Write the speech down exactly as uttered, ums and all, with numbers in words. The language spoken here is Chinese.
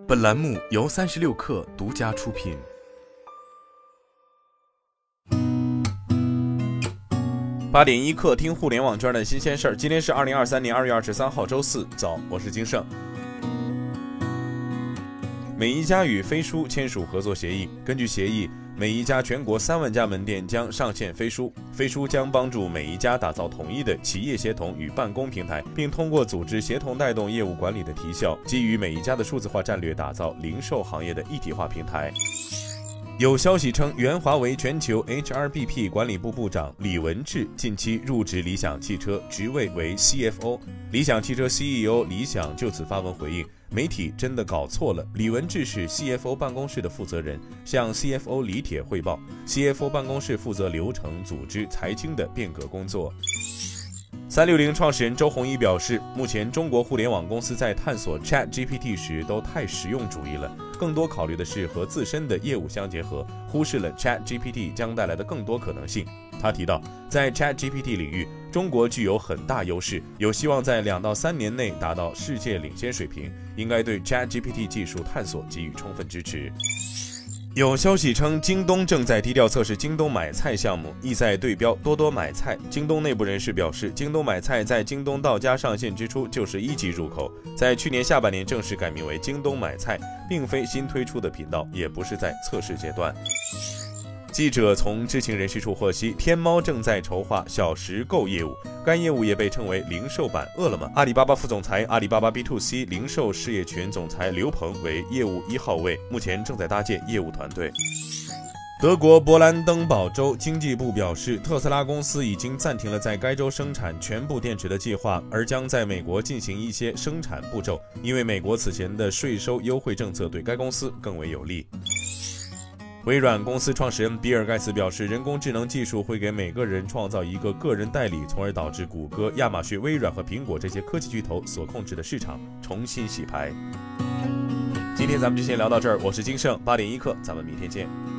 本栏目由三十六氪独家出品。八点一刻，听互联网圈的新鲜事儿。今天是二零二三年二月二十三号，周四早，我是金盛。美宜佳与飞书签署合作协议，根据协议，美宜佳全国三万家门店将上线飞书，飞书将帮助美宜佳打造统一的企业协同与办公平台，并通过组织协同带动业务管理的提效，基于美宜佳的数字化战略，打造零售行业的一体化平台。有消息称，原华为全球 H R B P 管理部部长李文志近期入职理想汽车，职位为 C F O。理想汽车 C E O 李想就此发文回应，媒体真的搞错了，李文志是 C F O 办公室的负责人，向 C F O 李铁汇报， C F O 办公室负责流程、组织、财经的变革工作。三六零创始人周鸿祎表示，目前中国互联网公司在探索 Chat G P T 时都太实用主义了，更多考虑的是和自身的业务相结合，忽视了 Chat G P T 将带来的更多可能性。他提到，在 Chat G P T 领域，中国具有很大优势，有希望在两到三年内达到世界领先水平，应该对 Chat G P T 技术探索给予充分支持。有消息称，京东正在低调测试京东买菜项目，意在对标多多买菜。京东内部人士表示，京东买菜在京东到家上线之初就是一级入口，在去年下半年正式改名为京东买菜，并非新推出的频道，也不是在测试阶段。记者从知情人士处获悉，天猫正在筹划小时购业务，该业务也被称为零售版饿了么。阿里巴巴副总裁、阿里巴巴 B to C 零售事业群总裁刘鹏为业务一号位，目前正在搭建业务团队。德国勃兰登堡州经济部表示，特斯拉公司已经暂停了在该州生产全部电池的计划，而将在美国进行一些生产步骤，因为美国此前的税收优惠政策对该公司更为有利。微软公司创始人比尔盖茨表示，人工智能技术会给每个人创造一个个人代理，从而导致谷歌、亚马逊、微软和苹果这些科技巨头所控制的市场重新洗牌。今天咱们就先聊到这儿，我是金盛，八点一刻，咱们明天见。